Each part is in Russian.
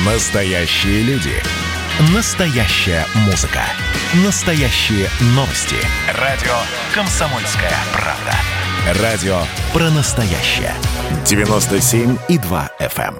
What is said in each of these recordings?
Настоящие люди. Настоящая музыка. Настоящие новости. Радио «Комсомольская правда». Радио про настоящее. 97,2 FM.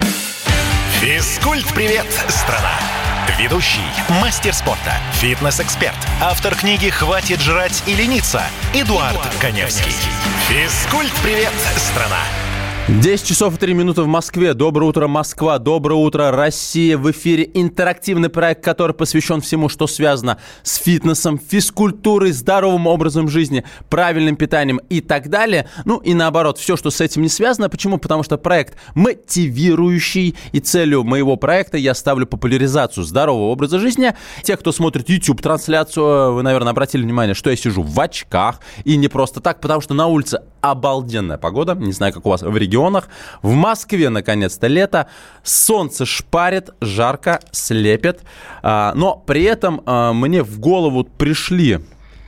Физкульт-привет, страна! Ведущий, мастер спорта, фитнес-эксперт, автор книги «Хватит жрать и лениться» Эдуард Коневский. Физкульт-привет, страна! 10 часов и 3 минуты в Москве. Доброе утро, Москва. Доброе утро, Россия. В эфире интерактивный проект, который посвящен всему, что связано с фитнесом, физкультурой, здоровым образом жизни, правильным питанием и так далее. Ну и наоборот, все, что с этим не связано. Почему? Потому что проект мотивирующий. И целью моего проекта я ставлю популяризацию здорового образа жизни. Те, кто смотрит YouTube-трансляцию, вы, наверное, обратили внимание, что я сижу в очках. И не просто так, потому что на улице обалденная погода. Не знаю, как у вас в регионах. В Москве, наконец-то, лето. Солнце шпарит, жарко, слепит. Но при этом мне в голову пришли...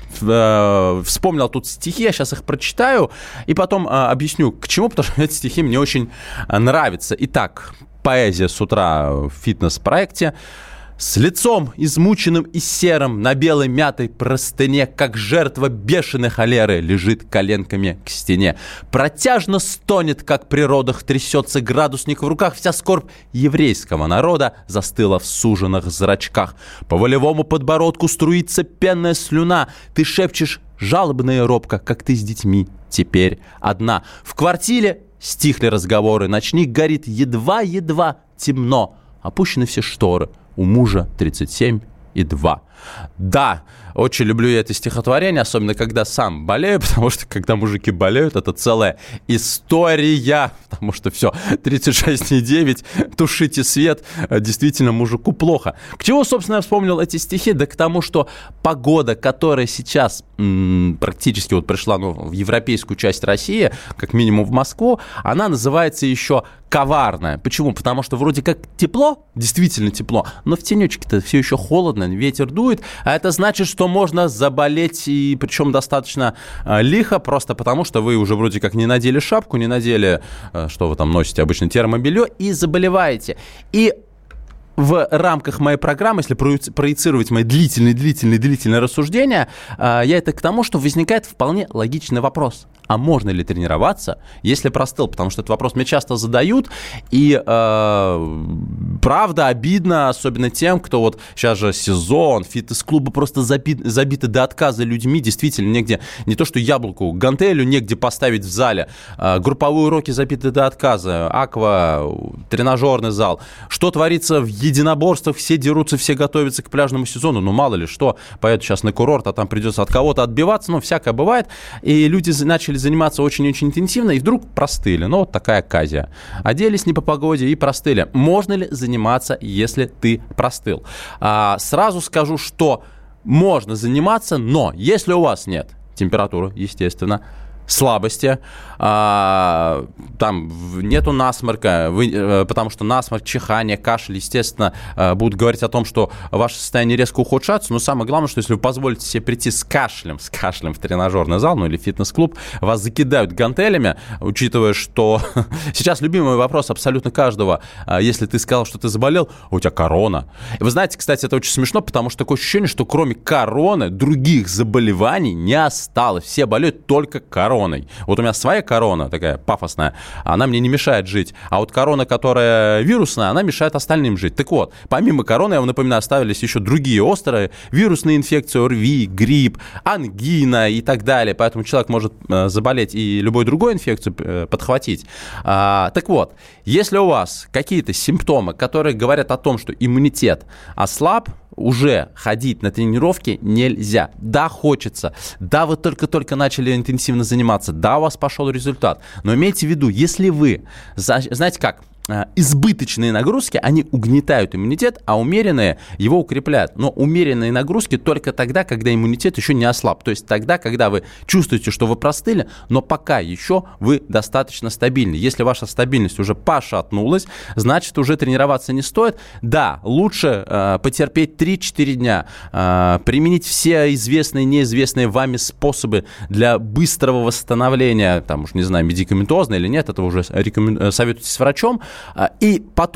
Вспомнил тут стихи, я сейчас их прочитаю. И потом объясню, к чему, потому что эти стихи мне очень нравятся. Итак, поэзия с утра в фитнес-проекте. С лицом измученным и серым на белой мятой простыне, как жертва бешеной холеры, лежит коленками к стене. Протяжно стонет, как при родах трясется градусник в руках. Вся скорбь еврейского народа застыла в суженных зрачках. По волевому подбородку струится пенная слюна. Ты шепчешь жалобно и робко, как ты с детьми теперь одна. В квартире стихли разговоры, ночник горит едва-едва темно. Опущены все шторы. У мужа 37,2. Да, очень люблю я это стихотворение, особенно когда сам болею, потому что когда мужики болеют, это целая история, потому что все, 36,9, тушите свет, действительно мужику плохо. К чему, собственно, я вспомнил эти стихи? Да к тому, что погода, которая сейчас практически вот пришла в европейскую часть России, как минимум в Москву, она называется еще коварная. Почему? Потому что вроде как тепло, действительно тепло, но в тенечке-то все еще холодно, ветер дует, а это значит, что можно заболеть, и причем достаточно лихо, просто потому что вы уже вроде как не надели шапку, не надели, что вы там носите обычно, термобелье, и заболеваете. И в рамках моей программы, если проецировать мои длительные рассуждения, я это к тому, что возникает вполне логичный вопрос. А можно ли тренироваться, если простыл? Потому что этот вопрос мне часто задают, и правда обидно, особенно тем, кто вот сейчас же сезон, фитнес-клубы просто забиты до отказа людьми, действительно негде, не то что яблоку, гантелю негде поставить в зале, групповые уроки забиты до отказа, аква, тренажерный зал. Что творится в единоборствах, все дерутся, все готовятся к пляжному сезону, ну мало ли что, поедут сейчас на курорт, а там придется от кого-то отбиваться, ну всякое бывает, и люди начали заниматься очень-очень интенсивно, и вдруг простыли. Ну, вот такая оказия. Оделись не по погоде и простыли. Можно ли заниматься, если ты простыл? Сразу скажу, что можно заниматься, но если у вас нет температуры, естественно, слабости, там нету насморка, потому что насморк, чихание, кашель, естественно, будут говорить о том, что ваше состояние резко ухудшается, но самое главное, что если вы позволите себе прийти с кашлем в тренажерный зал, ну или фитнес-клуб, вас закидают гантелями, учитывая, что сейчас любимый вопрос абсолютно каждого, если ты сказал, что ты заболел, у тебя корона. И вы знаете, кстати, это очень смешно, потому что такое ощущение, что кроме короны других заболеваний не осталось, все болеют только короной. Вот у меня своя корона, такая пафосная, она мне не мешает жить. А вот корона, которая вирусная, она мешает остальным жить. Так вот, помимо короны, я вам напоминаю, оставились еще другие острые вирусные инфекции, ОРВИ, грипп, ангина и так далее. Поэтому человек может заболеть и любой другой инфекцию подхватить. Так вот, если у вас какие-то симптомы, которые говорят о том, что иммунитет ослаб, уже ходить на тренировки нельзя. Да, хочется. Да, вы только-только начали интенсивно заниматься. Да, у вас пошел результат. Но имейте в виду, если вы, знаете как, избыточные нагрузки, они угнетают иммунитет, а умеренные его укрепляют. Но умеренные нагрузки только тогда, когда иммунитет еще не ослаб. То есть тогда, когда вы чувствуете, что вы простыли, но пока еще вы достаточно стабильны. Если ваша стабильность уже пошатнулась, значит, уже тренироваться не стоит. Да, лучше потерпеть 3-4 дня, применить все известные и неизвестные вами способы для быстрого восстановления, там уж не знаю, медикаментозно или нет, это уже советуйтесь с врачом. И потом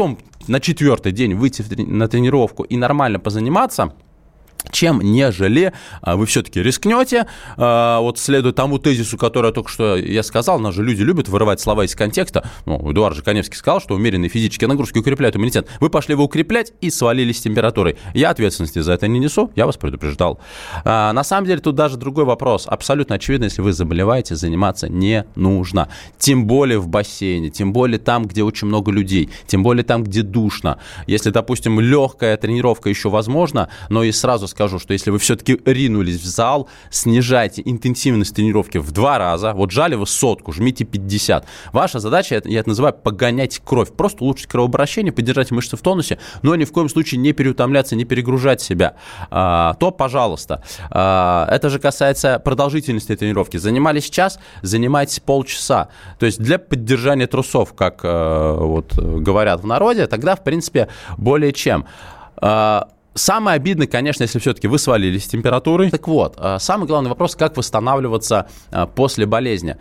на 4-й день выйти на тренировку и нормально позаниматься, чем нежели вы все-таки рискнете, вот следуя тому тезису, который только что я сказал, нас же люди любят вырывать слова из контекста. Эдуард Жаконевский сказал, что умеренные физические нагрузки укрепляют иммунитет. Вы пошли его укреплять и свалились с температурой. Я ответственности за это не несу, я вас предупреждал. На самом деле тут даже другой вопрос. Абсолютно очевидно, если вы заболеваете, заниматься не нужно. Тем более в бассейне, тем более там, где очень много людей, тем более там, где душно. Если, допустим, легкая тренировка еще возможна, но и сразу скажу, что если вы все-таки ринулись в зал, снижайте интенсивность тренировки в 2 раза. Вот жали вы 100, жмите 50. Ваша задача, я это называю, погонять кровь. Просто улучшить кровообращение, поддержать мышцы в тонусе, но ни в коем случае не переутомляться, не перегружать себя. То, пожалуйста. Это же касается продолжительности тренировки. Занимались час, занимайтесь полчаса. То есть для поддержания трусов, как вот говорят в народе, тогда, в принципе, более чем. Самое обидное, конечно, если все-таки вы свалились с температурой. Так вот, самый главный вопрос, как восстанавливаться после болезни.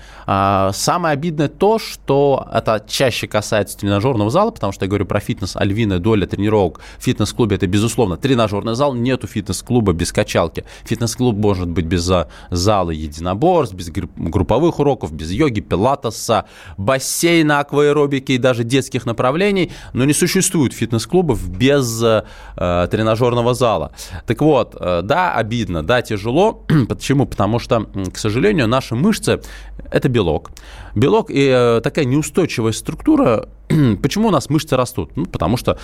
Самое обидное то, что это чаще касается тренажерного зала, потому что я говорю про фитнес, а львиная доля тренировок в фитнес-клубе – это, безусловно, тренажерный зал. Нету фитнес-клуба без качалки. Фитнес-клуб может быть без зала единоборств, без групповых уроков, без йоги, пилатеса, бассейна, акваэробики и даже детских направлений. Но не существует фитнес-клубов без тренажерного зала. Так вот, да, обидно, да, тяжело. Почему? Потому что, к сожалению, наши мышцы – это белок. Белок и такая неустойчивая структура. Почему у нас мышцы растут? Потому что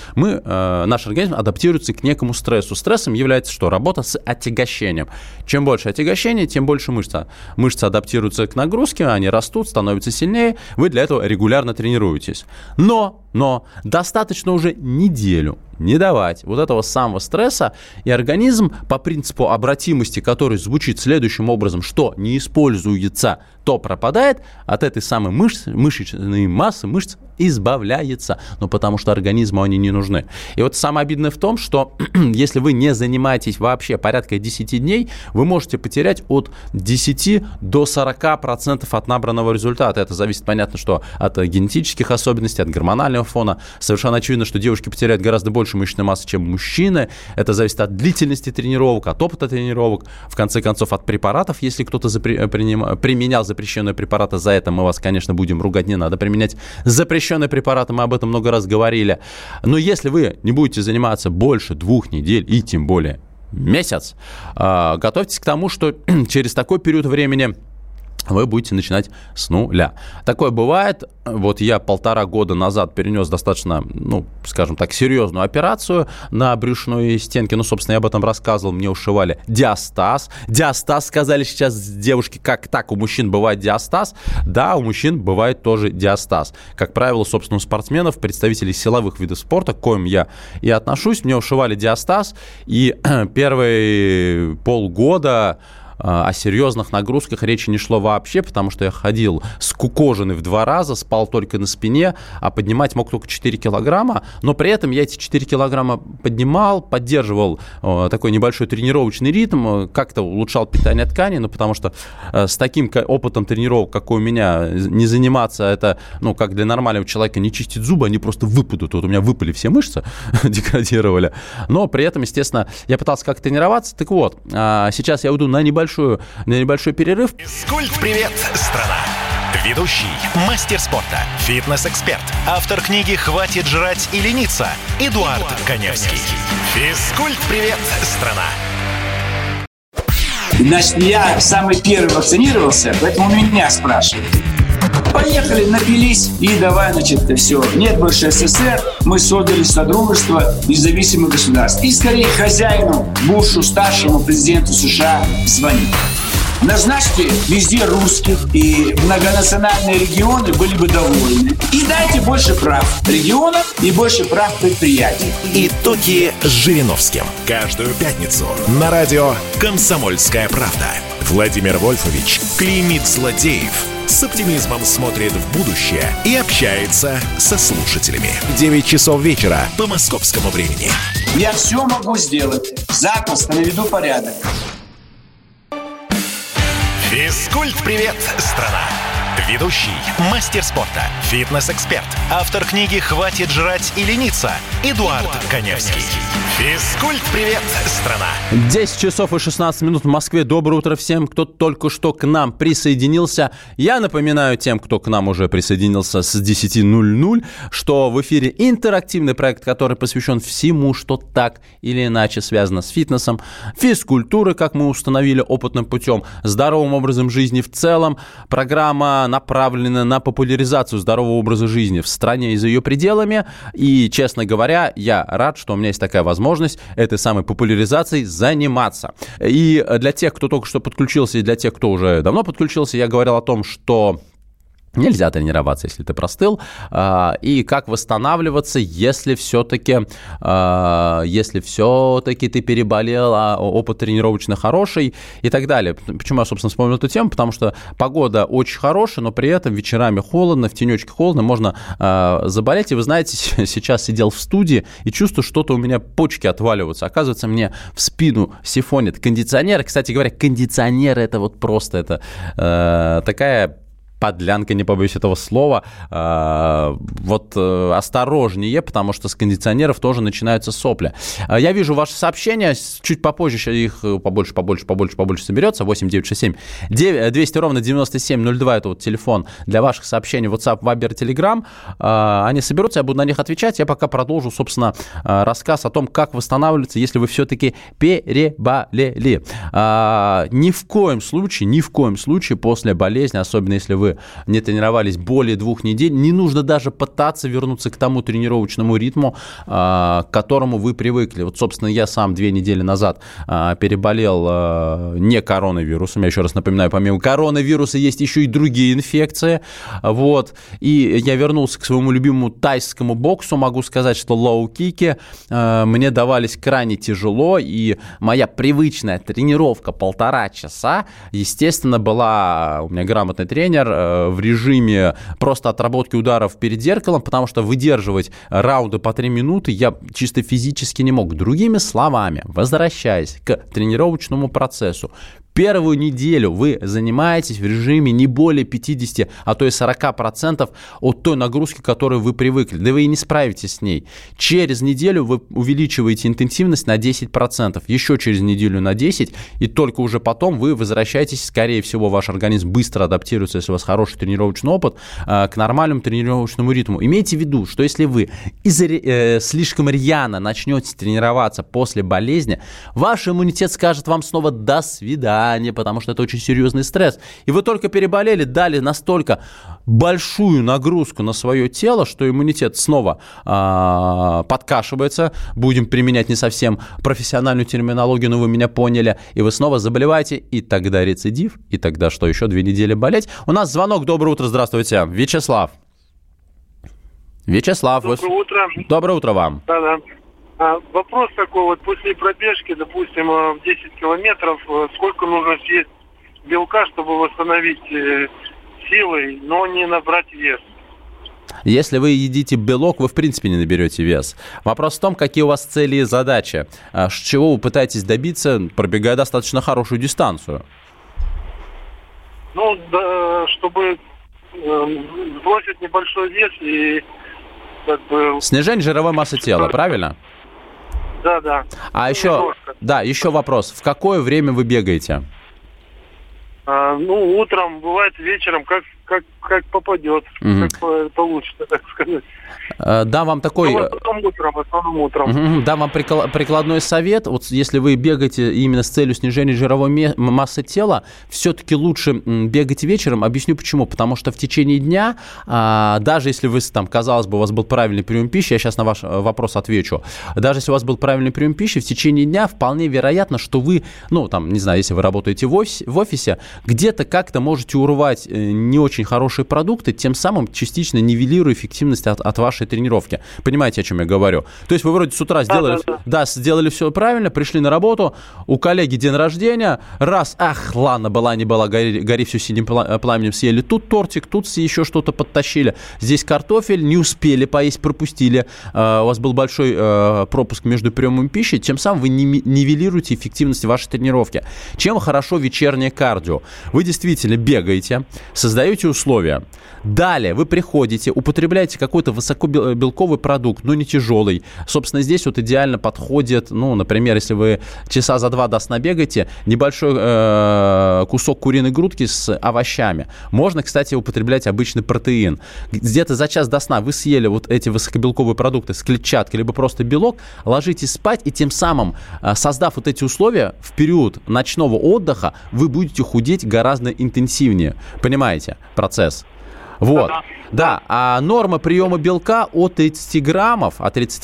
наш организм адаптируется к некому стрессу. Стрессом является что? Работа с отягощением. Чем больше отягощения, тем больше мышца. Мышцы адаптируются к нагрузке, они растут, становятся сильнее. Вы для этого регулярно тренируетесь. Но достаточно уже неделю не давать вот этого самого стресса, и организм по принципу обратимости, который звучит следующим образом, что не используется, то пропадает, от этой самой мышечной массы мышц избавляется, но потому что организму они не нужны. И вот самое обидное в том, что если вы не занимаетесь вообще порядка 10 дней, вы можете потерять от 10 до 40% от набранного результата. Это зависит, понятно, что от генетических особенностей, от гормонального фона. Совершенно очевидно, что девушки потеряют гораздо больше мышечной массы, чем мужчины. Это зависит от длительности тренировок, от опыта тренировок, в конце концов, от препаратов. Если кто-то применял запрещенные препараты, за это мы вас, конечно, будем ругать. Не надо применять запрещенные препараты, мы об этом много раз говорили. Но если вы не будете заниматься больше 2 недель и тем более месяц, готовьтесь к тому, что через такой период времени вы будете начинать с нуля. Такое бывает. Вот я 1,5 года назад перенес достаточно, скажем так, серьезную операцию на брюшной стенке. Собственно, я об этом рассказывал. Мне ушивали диастаз. Диастаз, сказали сейчас девушки, как так? У мужчин бывает диастаз? Да, у мужчин бывает тоже диастаз. Как правило, собственно, у спортсменов, представителей силовых видов спорта, к коим я и отношусь, мне ушивали диастаз. И первые полгода о серьезных нагрузках речи не шло вообще, потому что я ходил скукоженный в 2 раза, спал только на спине, а поднимать мог только 4 килограмма, но при этом я эти 4 килограмма поднимал, поддерживал такой небольшой тренировочный ритм, как-то улучшал питание тканей, потому что с таким опытом тренировок, как у меня, не заниматься, это, как для нормального человека, не чистить зубы, они просто выпадут. Вот у меня выпали все мышцы, деградировали, но при этом, естественно, я пытался как-то тренироваться. Так вот, сейчас я уйду на небольшой перерыв. Физкульт-привет, страна! Ведущий, мастер спорта, фитнес-эксперт, автор книги «Хватит жрать и лениться» Эдуард Коневский. Физкульт-привет, страна! Значит, я самый первый вакцинировался, поэтому меня спрашивают. Поехали, напились и давай, все. Нет больше СССР, мы создали Содружество независимых государств. И скорее хозяину Бушу, старшему президенту США, звонить. Назначьте везде русских, и многонациональные регионы были бы довольны. И дайте больше прав регионам и больше прав предприятий. Итоги с Жириновским. Каждую пятницу на радио «Комсомольская правда». Владимир Вольфович клеймит злодеев, с оптимизмом смотрит в будущее и общается со слушателями. 9 часов вечера по московскому времени. Я все могу сделать. Запросто наведу порядок. Физкульт-привет, страна! Ведущий, мастер спорта, фитнес-эксперт, автор книги «Хватит жрать и лениться» Эдуард Коневский. Физкульт-привет, страна! 10 часов и 16 минут в Москве. Доброе утро всем, кто только что к нам присоединился. Я напоминаю тем, кто к нам уже присоединился с 10:00, что в эфире интерактивный проект, который посвящен всему, что так или иначе связано с фитнесом, физкультурой, как мы установили опытным путем, здоровым образом жизни в целом. Программа направлена на популяризацию здорового образа жизни в стране и за ее пределами. И, честно говоря, я рад, что у меня есть такая возможность этой самой популяризацией заниматься. И для тех, кто только что подключился, и для тех, кто уже давно подключился, я говорил о том, что нельзя тренироваться, если ты простыл, и как восстанавливаться, если все-таки ты переболел, а опыт тренировочный хороший и так далее. Почему я, собственно, вспомнил эту тему? Потому что погода очень хорошая, но при этом вечерами холодно, в тенечке холодно, можно заболеть. И вы знаете, сейчас сидел в студии и чувствую, что-то у меня почки отваливаются. Оказывается, мне в спину сифонит кондиционер. Кстати говоря, кондиционер — это вот просто такая подлянка, не побоюсь этого слова. Осторожнее, потому что с кондиционеров тоже начинаются сопли. Я вижу ваши сообщения, чуть попозже их побольше соберется. 8 967 200 ровно 9702, это вот телефон для ваших сообщений, WhatsApp, Viber, Telegram. Они соберутся, я буду на них отвечать. Я пока продолжу, собственно, рассказ о том, как восстанавливаться, если вы все-таки переболели. Ни в коем случае после болезни, особенно если вы не тренировались более 2 недель, не нужно даже пытаться вернуться к тому тренировочному ритму, к которому вы привыкли. Вот, собственно, я сам 2 недели назад переболел не коронавирусом. Я еще раз напоминаю, помимо коронавируса есть еще и другие инфекции. Вот. И я вернулся к своему любимому тайскому боксу. Могу сказать, что лоу-кики мне давались крайне тяжело, и моя привычная тренировка 1,5 часа, естественно, была у меня грамотный тренер в режиме просто отработки ударов перед зеркалом, потому что выдерживать раунды по 3 минуты я чисто физически не мог. Другими словами, возвращаясь к тренировочному процессу, первую неделю вы занимаетесь в режиме не более 50, а то и 40% от той нагрузки, к которой вы привыкли. Да вы и не справитесь с ней. Через неделю вы увеличиваете интенсивность на 10%, еще через неделю на 10%, и только уже потом вы возвращаетесь, скорее всего, ваш организм быстро адаптируется, если у вас хороший тренировочный опыт, к нормальному тренировочному ритму. Имейте в виду, что если вы слишком рьяно начнете тренироваться после болезни, ваш иммунитет скажет вам снова «до свидания», потому что это очень серьезный стресс. И вы только переболели, дали настолько большую нагрузку на свое тело, что иммунитет снова подкашивается. Будем применять не совсем профессиональную терминологию, но вы меня поняли. И вы снова заболеваете, и тогда рецидив, и тогда что, еще 2 недели болеть? У нас звонок. Доброе утро, здравствуйте. Вячеслав. Доброе утро. Доброе утро вам. Да. Вопрос такой, вот после пробежки, допустим, 10 километров, сколько нужно съесть белка, чтобы восстановить силы, но не набрать вес? Если вы едите белок, вы в принципе не наберете вес. Вопрос в том, какие у вас цели и задачи. Чего вы пытаетесь добиться, пробегая достаточно хорошую дистанцию? Чтобы сбросить небольшой вес и снижение жировой массы тела, правильно? Да. А еще вопрос. В какое время вы бегаете? Утром, бывает вечером, как попадет, как получится, так сказать. Дам вам такой... В основном утром. Дам вам прикладной совет. Вот если вы бегаете именно с целью снижения жировой массы тела, все-таки лучше бегать вечером. Объясню почему. Потому что в течение дня, даже если вы, казалось бы, у вас был правильный прием пищи, я сейчас на ваш вопрос отвечу. Даже если у вас был правильный прием пищи, в течение дня вполне вероятно, что вы, не знаю, если вы работаете в офисе, где-то как-то можете урвать не очень хорошие продукты, тем самым частично нивелируя эффективность от от вашей тренировки. Понимаете, о чем я говорю? То есть вы вроде с утра сделали все правильно, пришли на работу, у коллеги день рождения, ладно, была, не была, гори все синим пламенем, съели тут тортик, тут еще что-то подтащили, здесь картофель, не успели поесть, пропустили, у вас был большой пропуск между приемом пищи, тем самым вы нивелируете эффективность вашей тренировки. Чем хорошо вечернее кардио? Вы действительно бегаете, создаете условия. Далее вы приходите, употребляете какой-то высокобелковый продукт, но не тяжелый. Собственно, здесь вот идеально подходит, например, если вы часа за 2 до сна бегаете, небольшой кусок куриной грудки с овощами. Можно, кстати, употреблять обычный протеин. Где-то за час до сна вы съели вот эти высокобелковые продукты с клетчаткой, либо просто белок, ложитесь спать, и тем самым, создав вот эти условия, в период ночного отдыха вы будете худеть гораздо интенсивнее. Понимаете процесс? Вот. Да, а норма приема белка от 30 граммов,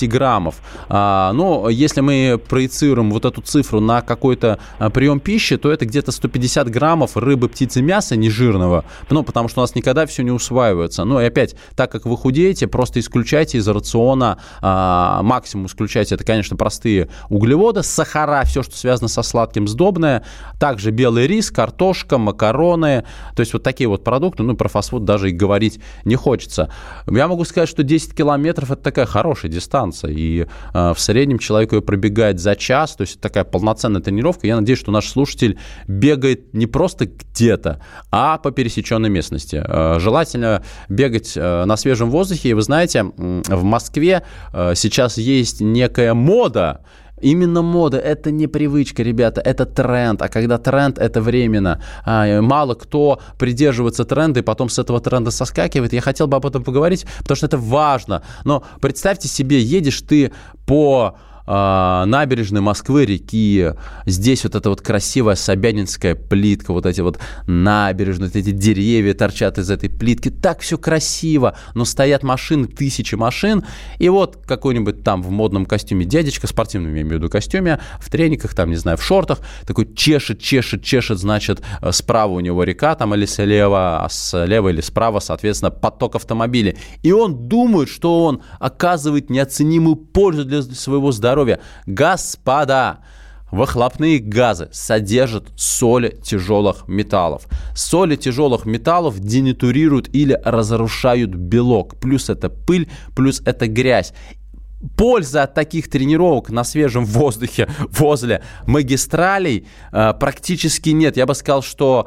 но если мы проецируем вот эту цифру на какой-то прием пищи, то это где-то 150 граммов рыбы, птицы, мяса нежирного, потому что у нас никогда все не усваивается. Ну и опять, так как вы худеете, просто исключайте из рациона, максимум исключайте, это, конечно, простые углеводы, сахара, все, что связано со сладким, сдобное, также белый рис, картошка, макароны, то есть вот такие вот продукты, про фастфуд даже и говорить не хочется. Я могу сказать, что 10 километров – это такая хорошая дистанция, и в среднем человек ее пробегает за час, то есть это такая полноценная тренировка. Я надеюсь, что наш слушатель бегает не просто где-то, а по пересеченной местности. Желательно бегать на свежем воздухе, и вы знаете, в Москве сейчас есть некая мода. Именно мода – это не привычка, ребята, это тренд. А когда тренд – это временно. Мало кто придерживается тренда и потом с этого тренда соскакивает. Я хотел бы об этом поговорить, потому что это важно. Но представьте себе, едешь ты по набережной Москвы-реки, здесь вот эта вот красивая собянинская плитка, вот эти вот набережные, вот эти деревья торчат из этой плитки, так все красиво, но стоят машины, тысячи машин, и вот какой-нибудь там в модном костюме дядечка, спортивном, я имею в виду костюме, в трениках, там, не знаю, в шортах, такой чешет, значит, справа у него река, там, или слева, а слева или справа, соответственно, поток автомобилей, и он думает, что он оказывает неоценимую пользу для своего здоровья. Господа, выхлопные газы содержат соли тяжелых металлов. Соли тяжелых металлов денатурируют или разрушают белок. Плюс это пыль, плюс это грязь. Пользы от таких тренировок на свежем воздухе возле магистралей практически нет. Я бы сказал, что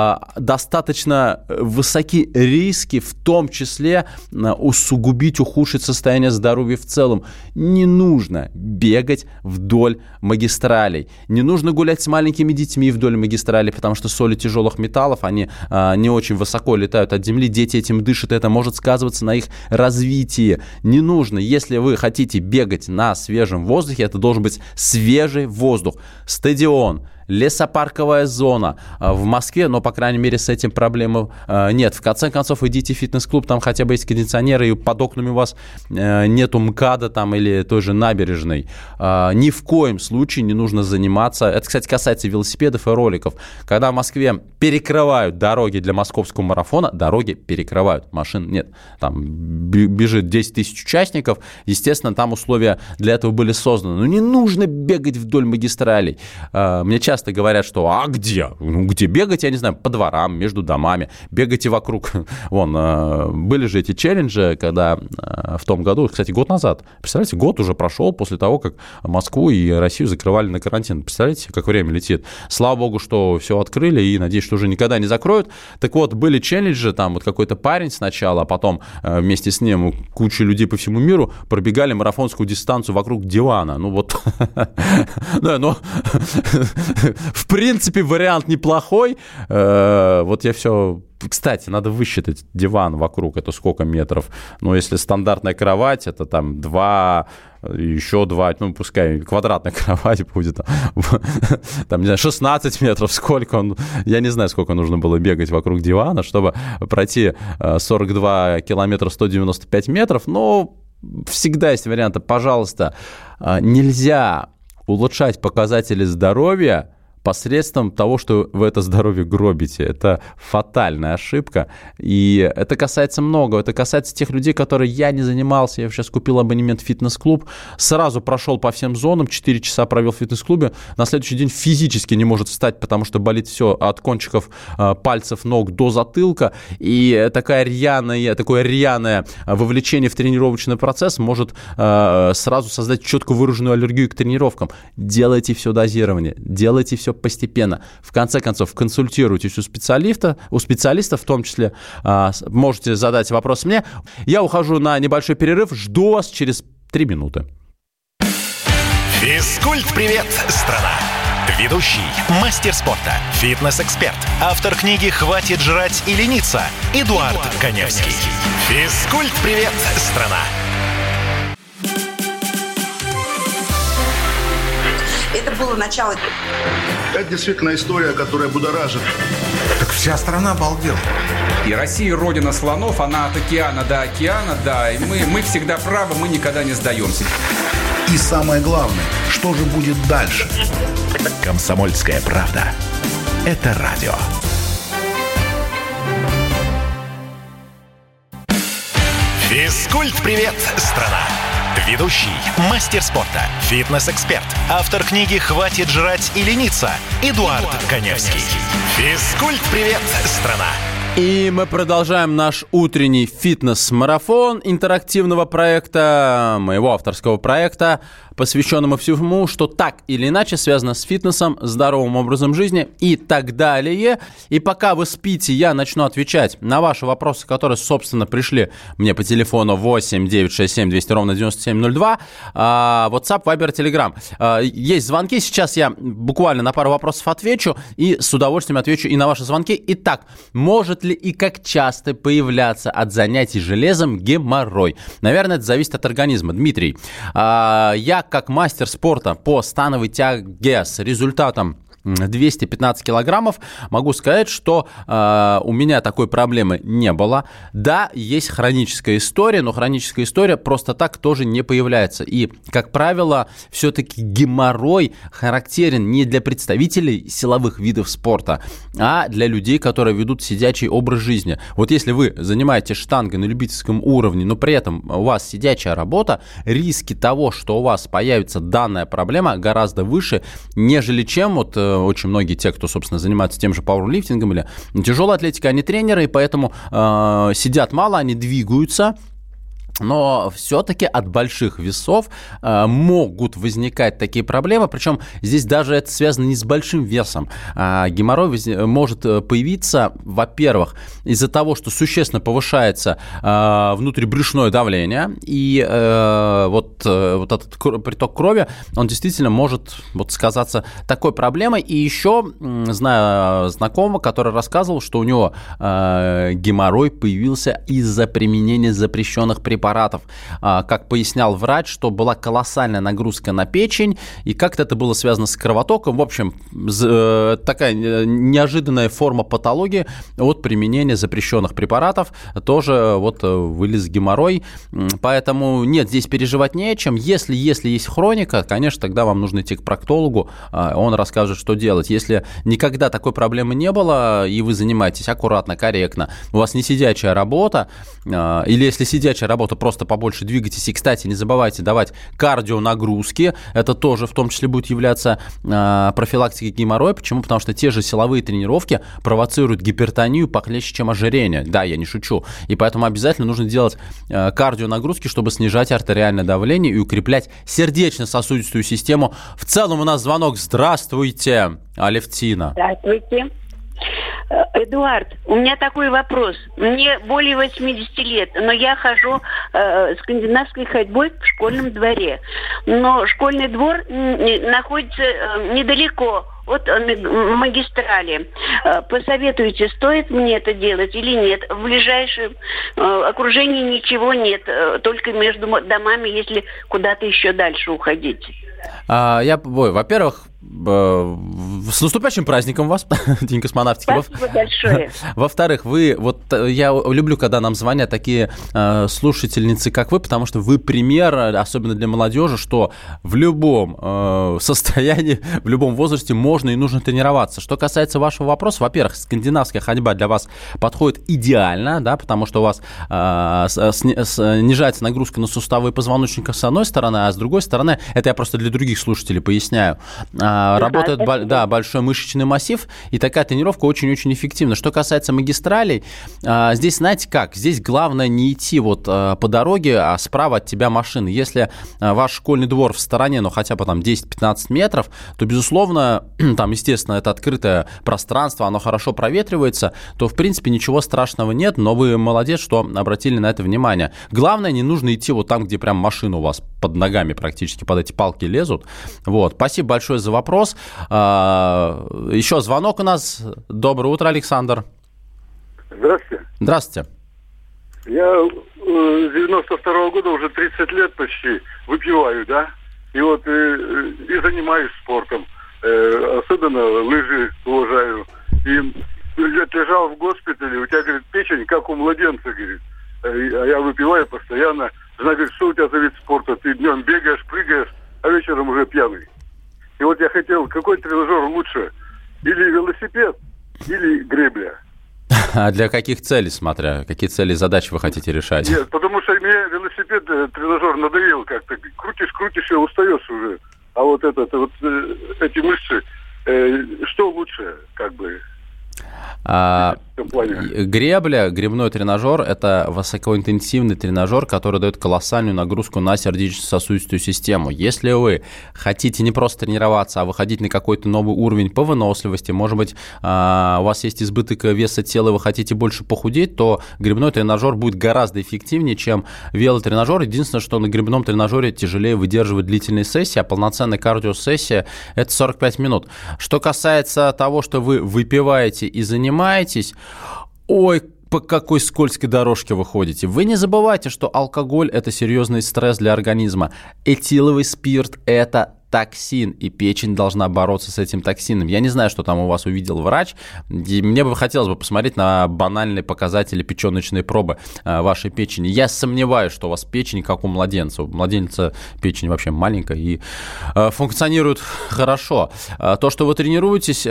достаточно высоки риски, в том числе усугубить, ухудшить состояние здоровья в целом. Не нужно бегать вдоль магистралей. Не нужно гулять с маленькими детьми вдоль магистралей, потому что соли тяжелых металлов, они не очень высоко летают от земли, дети этим дышат, и это может сказываться на их развитии. Не нужно, если вы хотите бегать на свежем воздухе, это должен быть свежий воздух. Стадион, лесопарковая зона в Москве, но, по крайней мере, с этим проблем нет. В конце концов, идите в фитнес-клуб, там хотя бы есть кондиционеры, и под окнами у вас нету МКАДа там, или той же набережной. Ни в коем случае не нужно заниматься. Это, кстати, касается велосипедов и роликов. Когда в Москве перекрывают дороги для московского марафона, дороги перекрывают, машин нет. Там бежит 10 тысяч участников, естественно, там условия для этого были созданы. Но не нужно бегать вдоль магистралей. Мне часто говорят, что где? Где бегать, я не знаю, по дворам, между домами, бегайте вокруг. Были же эти челленджи, когда в том году, кстати, год назад, представляете, год уже прошел после того, как Москву и Россию закрывали на карантин. Представляете, как время летит. Слава богу, что все открыли, и надеюсь, что уже никогда не закроют. Так вот, были челленджи, там вот какой-то парень сначала, а потом вместе с ним куча людей по всему миру пробегали марафонскую дистанцию вокруг дивана. В принципе, вариант неплохой. Вот я все... Кстати, надо высчитать диван вокруг, это сколько метров. Но если стандартная кровать, это там 2, еще 2, пускай квадратная кровать будет. Там, не знаю, 16 метров, сколько я не знаю, сколько нужно было бегать вокруг дивана, чтобы пройти 42 километра 195 метров. Но всегда есть варианты. Пожалуйста, нельзя улучшать показатели здоровья посредством того, что вы это здоровье гробите. Это фатальная ошибка. И это касается многого. Это касается тех людей, которые я не занимался. Я сейчас купил абонемент в фитнес-клуб, сразу прошел по всем зонам, 4 часа провел в фитнес-клубе, на следующий день физически не может встать, потому что болит все от кончиков пальцев ног до затылка. И такое рьяное вовлечение в тренировочный процесс может сразу создать четко выраженную аллергию к тренировкам. Делайте все дозирование, делайте все постепенно. В конце концов, консультируйтесь у специалистов, в том числе можете задать вопрос мне. Я ухожу на небольшой перерыв, жду вас через 3 минуты. Физкульт-привет, страна! Ведущий, мастер спорта, фитнес-эксперт, автор книги «Хватит жрать и лениться» Эдуард Коневский. Физкульт-привет, страна! Это было начало. Это действительно история, которая будоражит. Так вся страна обалдела. И Россия родина слонов, она от океана до океана, да. И мы всегда правы, мы никогда не сдаемся. И самое главное, что же будет дальше? «Комсомольская правда». Это радио. Физкульт-привет, страна! Ведущий, мастер спорта, фитнес-эксперт, автор книги «Хватит жрать и лениться» Эдуард Коневский. Физкульт-привет, страна! И мы продолжаем наш утренний фитнес-марафон интерактивного проекта, моего авторского проекта, посвященному всему, что так или иначе связано с фитнесом, здоровым образом жизни и так далее. И пока вы спите, я начну отвечать на ваши вопросы, которые, собственно, пришли мне по телефону 8 967 200 ровно 9702, WhatsApp, Viber, Telegram. Есть звонки, сейчас я буквально на пару вопросов отвечу и с удовольствием отвечу и на ваши звонки. Итак, может ли и как часто появляться от занятий железом геморрой? Наверное, это зависит от организма. Дмитрий, я как мастер спорта по становой тяге с результатом 215 килограммов, могу сказать, что у меня такой проблемы не было. Да, есть хроническая история, но хроническая история просто так тоже не появляется. И, как правило, все-таки геморрой характерен не для представителей силовых видов спорта, а для людей, которые ведут сидячий образ жизни. Вот если вы занимаетесь штангой на любительском уровне, но при этом у вас сидячая работа, риски того, что у вас появится данная проблема, гораздо выше, нежели чем вот очень многие те, кто, собственно, занимаются тем же пауэрлифтингом или тяжелой атлетикой, они тренеры, и поэтому сидят мало, они двигаются. Но все-таки от больших весов могут возникать такие проблемы, причем здесь даже это связано не с большим весом. Геморрой может появиться, во-первых, из-за того, что существенно повышается внутрибрюшное давление, и вот этот приток крови, он действительно может сказаться такой проблемой. И еще знаю знакомого, который рассказывал, что у него геморрой появился из-за применения запрещенных препаратов. Как пояснял врач, что была колоссальная нагрузка на печень, и как-то это было связано с кровотоком. В общем, такая неожиданная форма патологии от применения запрещенных препаратов. Тоже вылез геморрой. Поэтому нет, здесь переживать не о чем. Если есть хроника, конечно, тогда вам нужно идти к проктологу, он расскажет, что делать. Если никогда такой проблемы не было, и вы занимаетесь аккуратно, корректно, у вас не сидячая работа, или если сидячая работа, просто побольше двигайтесь. И, кстати, не забывайте давать кардионагрузки. Это тоже в том числе будет являться профилактикой геморроя. Почему? Потому что те же силовые тренировки провоцируют гипертонию похлеще, чем ожирение. Да, я не шучу. И поэтому обязательно нужно делать кардионагрузки, чтобы снижать артериальное давление и укреплять сердечно-сосудистую систему. В целом у нас звонок. Здравствуйте, Алевтина. Здравствуйте. Эдуард, у меня такой вопрос. Мне более 80 лет, но я хожу скандинавской ходьбой в школьном дворе. Но школьный двор находится недалеко от магистрали. Посоветуйте, стоит мне это делать или нет? В ближайшем окружении ничего нет, только между домами, если куда-то еще дальше уходить. Во-первых, С наступающим праздником вас, День космонавтики. Спасибо большое. Во-вторых, я люблю, когда нам звонят такие слушательницы, как вы, потому что вы пример, особенно для молодежи, что в любом состоянии, в любом возрасте можно и нужно тренироваться. Что касается вашего вопроса, во-первых, скандинавская ходьба для вас подходит идеально, да, потому что у вас снижается нагрузка на суставы позвоночника с одной стороны, а с другой стороны, это я просто для других слушателей поясняю, работает большой мышечный массив, и такая тренировка очень-очень эффективна. Что касается магистралей, здесь, знаете как, здесь главное не идти по дороге, а справа от тебя машины. Если ваш школьный двор в стороне, хотя бы там 10-15 метров, то, безусловно, там, естественно, это открытое пространство, оно хорошо проветривается, то, в принципе, ничего страшного нет, но вы молодец, что обратили на это внимание. Главное, не нужно идти там, где прям машины у вас под ногами практически, под эти палки лезут. Спасибо большое за вопрос. Еще звонок у нас. Доброе утро, Александр. Здравствуйте. Здравствуйте. Я с 92-го года уже 30 лет почти выпиваю, да? И занимаюсь спортом. Особенно лыжи уважаю. И лежал в госпитале, у тебя, говорит, печень, как у младенца, говорит. А я выпиваю постоянно. Жена говорит, что у тебя за вид спорта? Ты днем бегаешь, прыгаешь, а вечером уже пьяный. И я хотел, какой тренажер лучше? Или велосипед, или гребля? А для каких целей, смотря? Какие цели и задачи вы хотите решать? Нет, потому что мне велосипед, тренажер надоел как-то. Крутишь и устаешь уже. А эти мышцы, что лучше, как бы? Гребля, гребной тренажер – это высокоинтенсивный тренажер, который дает колоссальную нагрузку на сердечно-сосудистую систему. Если вы хотите не просто тренироваться, а выходить на какой-то новый уровень по выносливости, может быть, у вас есть избыток веса тела, и вы хотите больше похудеть, то гребной тренажер будет гораздо эффективнее, чем велотренажер. Единственное, что на гребном тренажере тяжелее выдерживать длительные сессии, а полноценная кардиосессия – это 45 минут. Что касается того, что вы выпиваете и занимаетесь, ой, по какой скользкой дорожке вы ходите. Вы не забывайте, что алкоголь – это серьезный стресс для организма. Этиловый спирт – это токсин, и печень должна бороться с этим токсином. Я не знаю, что там у вас увидел врач. Мне бы хотелось посмотреть на банальные показатели печеночной пробы вашей печени. Я сомневаюсь, что у вас печень как у младенца. У младенца печень вообще маленькая и функционирует хорошо. То, что вы тренируетесь,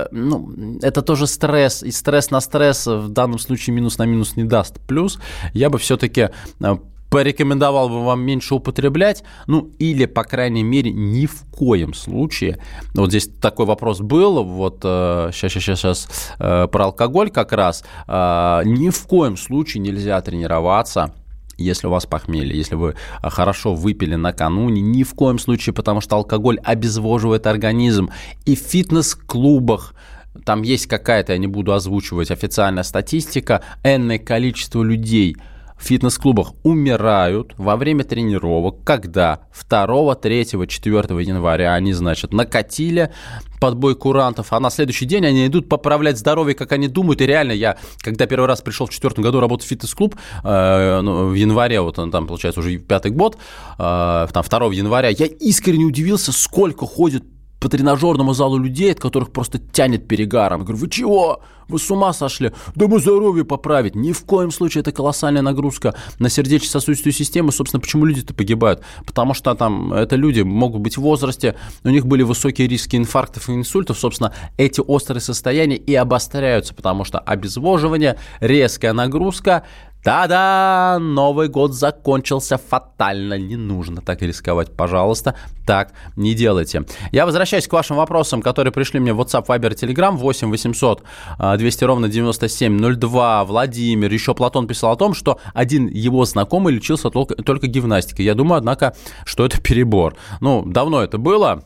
это тоже стресс. И стресс на стресс в данном случае минус на минус не даст. Плюс я бы все-таки порекомендовал бы вам меньше употреблять, или, по крайней мере, ни в коем случае. Здесь такой вопрос был, сейчас про алкоголь как раз. Ни в коем случае нельзя тренироваться, если у вас похмелье, если вы хорошо выпили накануне, ни в коем случае, потому что алкоголь обезвоживает организм. И в фитнес-клубах там есть какая-то, я не буду озвучивать, официальная статистика, энное количество людей в фитнес-клубах умирают во время тренировок, когда 2, 3, 4 января они, накатили подбой курантов, а на следующий день они идут поправлять здоровье, как они думают. И реально, я, когда первый раз пришел в 2004 году работать в фитнес-клуб, в январе, там, получается, уже 5-й год, 2 января, я искренне удивился, сколько ходит по тренажерному залу людей, от которых просто тянет перегаром. Я говорю, вы чего? Вы с ума сошли? Да мы здоровье поправить. Ни в коем случае это колоссальная нагрузка на сердечно-сосудистую систему. Собственно, почему люди-то погибают? Потому что там это люди могут быть в возрасте, у них были высокие риски инфарктов и инсультов. Собственно, эти острые состояния и обостряются, потому что обезвоживание, резкая нагрузка. Та-да! Новый год закончился фатально. Не нужно так рисковать, пожалуйста. Так не делайте. Я возвращаюсь к вашим вопросам, которые пришли мне в WhatsApp, Viber, Telegram. 8 800 200 ровно 9702. Владимир. Еще Платон писал о том, что один его знакомый лечился только гимнастикой. Я думаю, однако, что это перебор. Давно это было.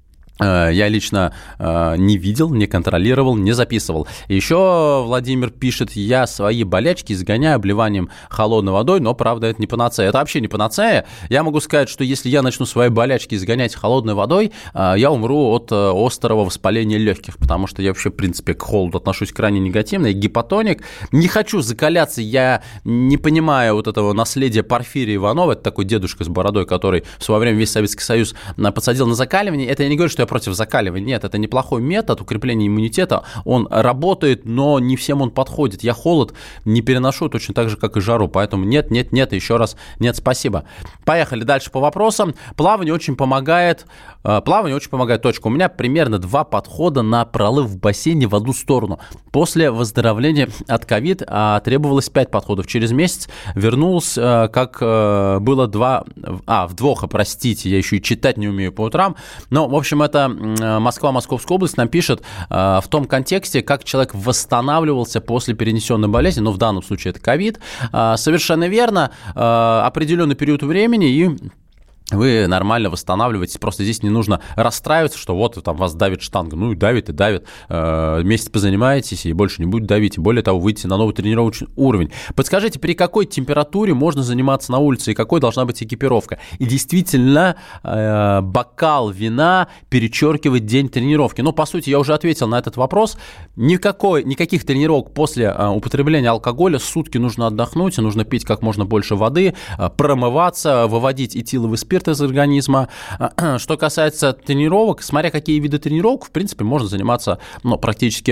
Я лично не видел, не контролировал, не записывал. Еще Владимир пишет, я свои болячки изгоняю обливанием холодной водой, но, правда, это не панацея. Это вообще не панацея. Я могу сказать, что если я начну свои болячки изгонять холодной водой, я умру от острого воспаления легких, потому что я вообще, в принципе, к холоду отношусь крайне негативно. Я гипотоник. Не хочу закаляться, я не понимаю этого наследия Порфирия Иванова. Это такой дедушка с бородой, который в свое время весь Советский Союз подсадил на закаливание. Это я не говорю, что я я против закаливания. Нет, это неплохой метод укрепления иммунитета. Он работает, но не всем он подходит. Я холод не переношу точно так же, как и жару. Поэтому нет, и еще раз нет, спасибо. Поехали дальше по вопросам. Плавание очень помогает. Точка. У меня примерно 2 подхода на пролыв в бассейне в одну сторону. После выздоровления от ковид требовалось 5 подходов. Через месяц вернулся, как было 2... вдоха, простите, я еще и читать не умею по утрам. Но, в общем, это Москва, Московская область нам пишет в том контексте, как человек восстанавливался после перенесенной болезни, в данном случае это ковид. Совершенно верно, определенный период времени, и вы нормально восстанавливаетесь, просто здесь не нужно расстраиваться, что вот там вас давит штанга, и давит, месяц позанимаетесь и больше не будет давить, и более того, выйдете на новый тренировочный уровень. Подскажите, при какой температуре можно заниматься на улице и какой должна быть экипировка? И действительно, бокал вина перечеркивает день тренировки. По сути, я уже ответил на этот вопрос. Никаких тренировок после употребления алкоголя, сутки нужно отдохнуть, нужно пить как можно больше воды, промываться, выводить этиловый спирт из организма. Что касается тренировок, смотря какие виды тренировок, в принципе, можно заниматься практически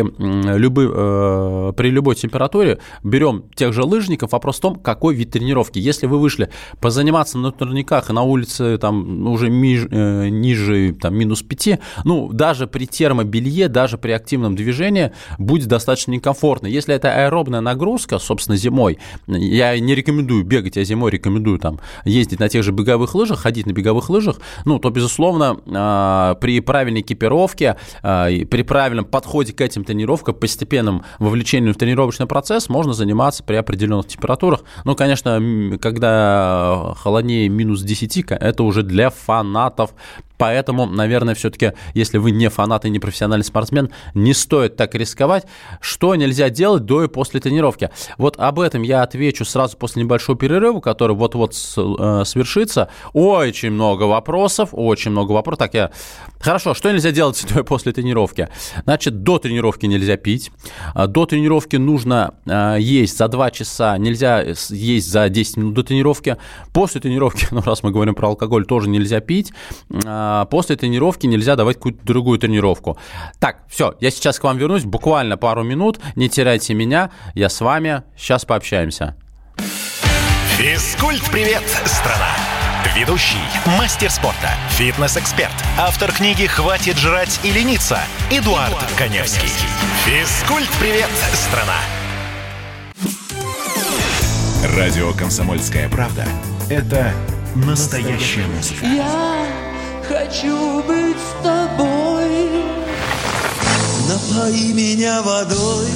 при любой температуре. Берем тех же лыжников, вопрос в том, какой вид тренировки. Если вы вышли позаниматься на турниках и на улице уже ниже минус 5, даже при термобелье, даже при активном движении будет достаточно некомфортно. Если это аэробная нагрузка, собственно, зимой, я не рекомендую бегать, я зимой рекомендую ездить на тех же беговых лыжах, ходить на беговых лыжах, то, безусловно, при правильной экипировке, при правильном подходе к этим тренировкам, постепенном вовлечении в тренировочный процесс можно заниматься при определенных температурах. Конечно, когда холоднее минус 10, это уже для фанатов. Поэтому, наверное, все-таки, если вы не фанат и не профессиональный спортсмен, не стоит так рисковать. Что нельзя делать до и после тренировки? Вот об этом я отвечу сразу после небольшого перерыва, который вот-вот свершится. Очень много вопросов. Так, Хорошо, что нельзя делать до и после тренировки? Значит, до тренировки нельзя пить. До тренировки нужно есть за 2 часа, нельзя есть за 10 минут до тренировки. После тренировки, раз мы говорим про алкоголь, тоже нельзя пить. После тренировки нельзя давать какую-то другую тренировку. Так, все, я сейчас к вам вернусь, буквально пару минут, не теряйте меня, я с вами, сейчас пообщаемся. Физкульт-привет, страна! Ведущий, мастер спорта, фитнес-эксперт, автор книги «Хватит жрать и лениться» Эдуард Коневский. Физкульт-привет, страна! Радио «Комсомольская правда» — это настоящая музыка. Хочу быть с тобой. Напои меня водой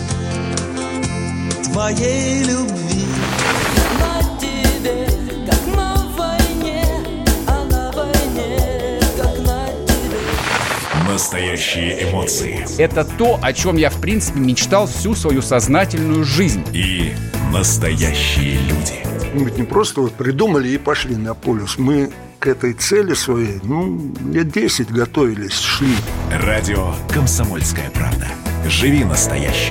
твоей любви. На тебе, как на войне, а на войне, как на тебе. Настоящие эмоции. Это то, о чем я, в принципе, мечтал всю свою сознательную жизнь. И настоящие люди. Мы ведь не просто придумали и пошли на полюс. Мы к этой цели своей, лет 10 готовились, шли. Радио «Комсомольская правда». Живи настоящим.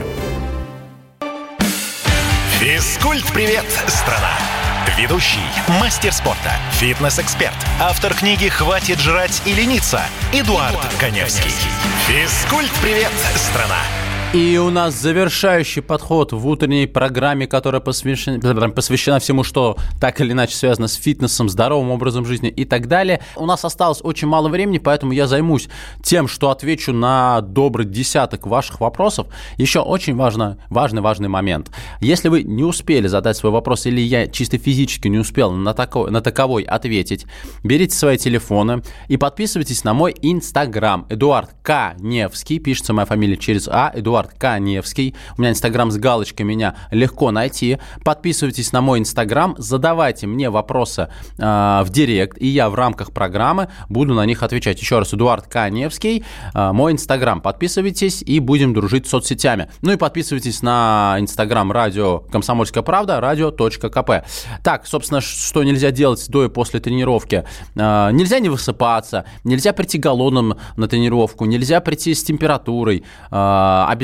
Физкульт-привет, страна! Ведущий, мастер спорта, фитнес-эксперт, автор книги «Хватит жрать и лениться» Эдуард Коневский. Физкульт-привет, страна! И у нас завершающий подход в утренней программе, которая посвящена всему, что так или иначе связано с фитнесом, здоровым образом жизни и так далее. У нас осталось очень мало времени, поэтому я займусь тем, что отвечу на добрый десяток ваших вопросов. Еще очень важный момент. Если вы не успели задать свой вопрос, или я чисто физически не успел на таковой ответить, берите свои телефоны и подписывайтесь на мой Инстаграм. Эдуард Коневский, пишется моя фамилия через А, Эдуард Коневский. У меня Инстаграм с галочкой, меня легко найти. Подписывайтесь на мой Инстаграм, задавайте мне вопросы в директ, и я в рамках программы буду на них отвечать. Еще раз, Эдуард Коневский, мой Инстаграм. Подписывайтесь и будем дружить с соцсетями. Ну и подписывайтесь на Инстаграм радио «Комсомольская правда», радио.кп. Так, собственно, что нельзя делать до и после тренировки? Нельзя не высыпаться, нельзя прийти голодным на тренировку, нельзя прийти с температурой, обязательно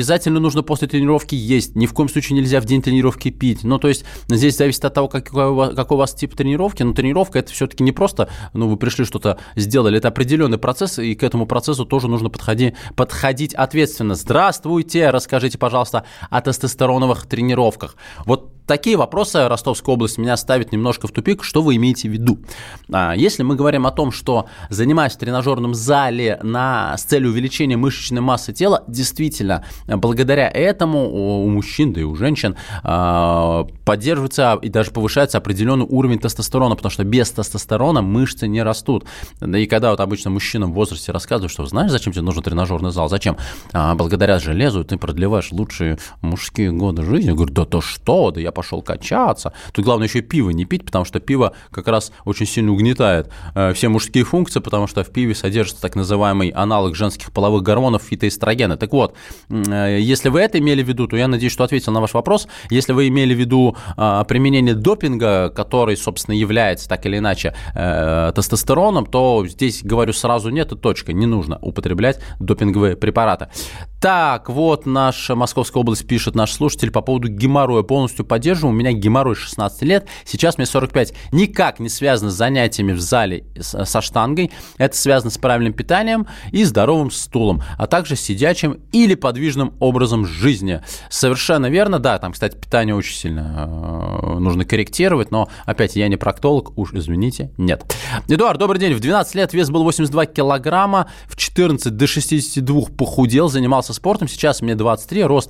Обязательно нужно после тренировки есть. Ни в коем случае нельзя в день тренировки пить. Ну, то есть здесь зависит от того, какой у вас тип тренировки. Но тренировка – это все-таки не просто, вы пришли что-то сделали. Это определенный процесс, и к этому процессу тоже нужно подходить ответственно. Здравствуйте, расскажите, пожалуйста, о тестостероновых тренировках. Вот такие вопросы Ростовской области меня ставят немножко в тупик. Что вы имеете в виду? Если мы говорим о том, что занимаясь в тренажерном зале с целью увеличения мышечной массы тела, действительно, благодаря этому у мужчин, да и у женщин поддерживается и даже повышается определенный уровень тестостерона, потому что без тестостерона мышцы не растут. Да и когда вот обычно мужчинам в возрасте рассказывают, что знаешь, зачем тебе нужен тренажерный зал? Зачем? Благодаря железу ты продлеваешь лучшие мужские годы жизни. Я говорю, да то что? Да я пошел качаться. Тут главное еще пиво не пить, потому что пиво как раз очень сильно угнетает все мужские функции, потому что в пиве содержится так называемый аналог женских половых гормонов фитоэстрогены. Так вот, если вы это имели в виду, то я надеюсь, что ответил на ваш вопрос. Если вы имели в виду применение допинга, который, собственно, является так или иначе тестостероном, то здесь говорю сразу нет и точка. Не нужно употреблять допинговые препараты. Так, вот наша Московская область пишет, наш слушатель, по поводу геморроя. Полностью поддерживаю. У меня геморрой 16 лет, сейчас мне 45. Никак не связано с занятиями в зале со штангой. Это связано с правильным питанием и здоровым стулом, а также сидячим или подвижным образом жизни. Совершенно верно. Да, там, кстати, питание очень сильно нужно корректировать, но, опять, я не проктолог, уж извините, нет. Эдуард, добрый день. В 12 лет вес был 82 килограмма, в 14 до 62 похудел, занимался спортом, сейчас мне 23, рост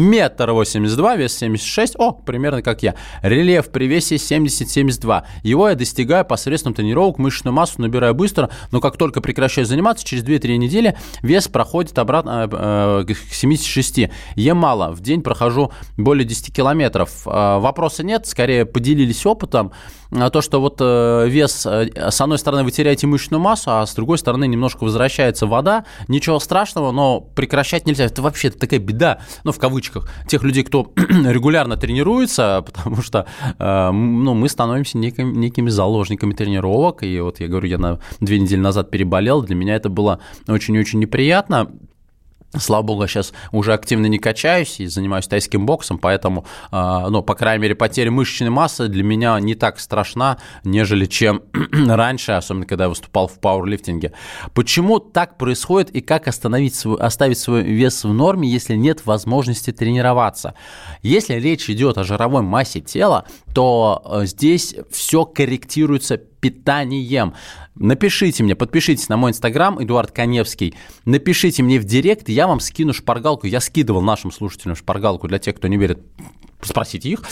1,82 м, вес 76, примерно как я. Рельеф при весе 70-72. Его я достигаю посредством тренировок, мышечную массу набираю быстро, но как только прекращаю заниматься, через 2-3 недели вес проходит обратно к 76. Ем мало, в день прохожу более 10 километров. Вопроса нет, скорее поделились опытом. То, что вот вес, с одной стороны, вы теряете мышечную массу, а с другой стороны, немножко возвращается вода. Ничего страшного, но прекращать нельзя. Это вообще такая беда, в кавычках, тех людей, кто регулярно тренируется, потому что мы становимся некими заложниками тренировок. И вот я говорю, я 2 недели назад переболел, для меня это было очень-очень неприятно. Слава богу, я сейчас уже активно не качаюсь и занимаюсь тайским боксом, поэтому, по крайней мере, потеря мышечной массы для меня не так страшна, нежели чем раньше, особенно когда я выступал в пауэрлифтинге. Почему так происходит и как оставить свой вес в норме, если нет возможности тренироваться? Если речь идет о жировой массе тела, то здесь все корректируется питанием. Напишите мне, подпишитесь на мой инстаграм, Эдуард Каневский, напишите мне в директ, я вам скину шпаргалку, я скидывал нашим слушателям шпаргалку, для тех, кто не верит, спросите их,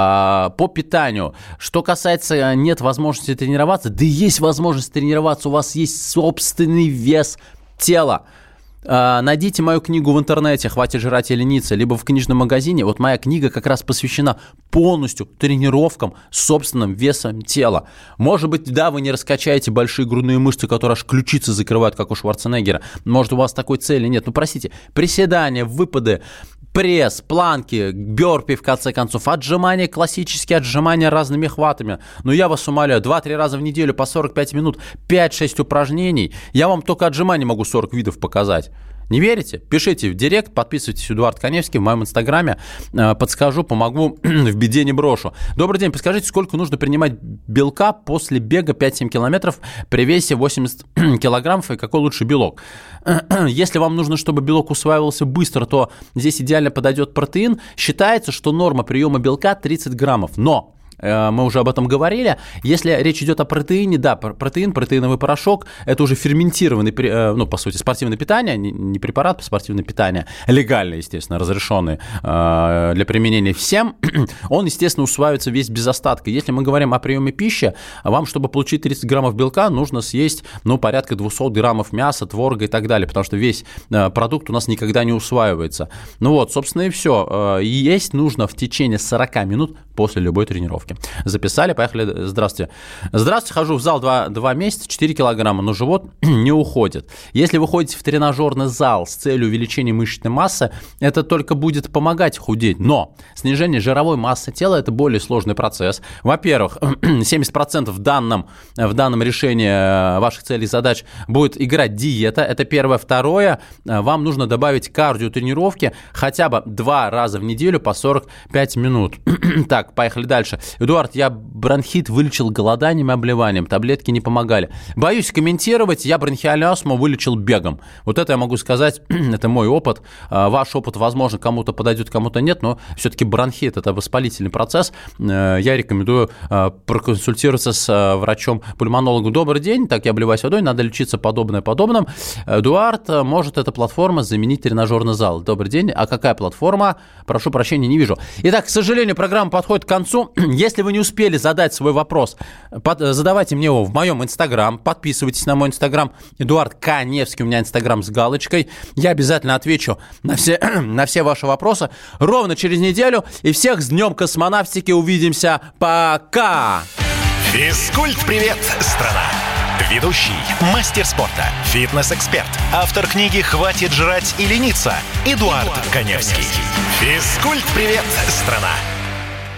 по питанию. Что касается нет возможности тренироваться, да есть возможность тренироваться, у вас есть собственный вес тела. Найдите мою книгу в интернете «Хватит жрать и лениться», либо в книжном магазине. Вот моя книга как раз посвящена полностью тренировкам с собственным весом тела. Может быть, да, вы не раскачаете большие грудные мышцы, которые аж ключицы закрывают, как у Шварценеггера. Может, у вас такой цели нет. Простите, приседания, выпады, пресс, планки, бёрпи, в конце концов, отжимания, классические отжимания разными хватами. Я вас умоляю, 2-3 раза в неделю по 45 минут, 5-6 упражнений. Я вам только отжиманий могу 40 видов показать. Не верите? Пишите в директ, подписывайтесь, Эдуард Каневский, в моем инстаграме. Подскажу, помогу, в беде не брошу. Добрый день, подскажите, сколько нужно принимать белка после бега 5-7 километров при весе 80 килограммов и какой лучше белок? Если вам нужно, чтобы белок усваивался быстро, то здесь идеально подойдет протеин. Считается, что норма приема белка 30 граммов, но мы уже об этом говорили. Если речь идет о протеине, да, протеиновый порошок, это уже ферментированный, по сути, спортивное питание, не препарат, спортивное питание, легально, естественно, разрешенный для применения всем, он, естественно, усваивается весь без остатка. Если мы говорим о приеме пищи, вам, чтобы получить 30 граммов белка, нужно съесть, порядка 200 граммов мяса, творога и так далее, потому что весь продукт у нас никогда не усваивается. Собственно, и все. Есть нужно в течение 40 минут после любой тренировки. тренировки. Записали, поехали. Здравствуйте. Здравствуйте, хожу в зал 2 месяца, 4 килограмма, но живот не уходит. Если вы ходите в тренажерный зал с целью увеличения мышечной массы, это только будет помогать худеть. Но снижение жировой массы тела – это более сложный процесс. Во-первых, 70% в данном решении ваших целей и задач будет играть диета. Это первое. Второе, вам нужно добавить кардиотренировки хотя бы 2 раза в неделю по 45 минут. Так, поехали дальше. Эдуард, я бронхит вылечил голоданием и обливанием. Таблетки не помогали. Боюсь комментировать. Я бронхиальную астму вылечил бегом. Вот это я могу сказать. Это мой опыт. Ваш опыт, возможно, кому-то подойдет, кому-то нет, но все-таки бронхит – это воспалительный процесс. Я рекомендую проконсультироваться с врачом-пульмонологом. Добрый день. Так, я обливаюсь водой. Надо лечиться подобным. Эдуард, может эта платформа заменить тренажерный зал? Добрый день. А какая платформа? Прошу прощения, не вижу. Итак, к сожалению, программа подходит к концу. Если вы не успели задать свой вопрос, задавайте мне его в моем инстаграм. Подписывайтесь на мой инстаграм. Эдуард Каневский, у меня инстаграм с галочкой. Я обязательно отвечу на все ваши вопросы ровно через неделю. И всех с Днем космонавтики. Увидимся. Пока! Физкульт-привет, страна! Ведущий, мастер спорта, фитнес-эксперт, автор книги «Хватит жрать и лениться» Эдуард Каневский. Физкульт-привет, страна!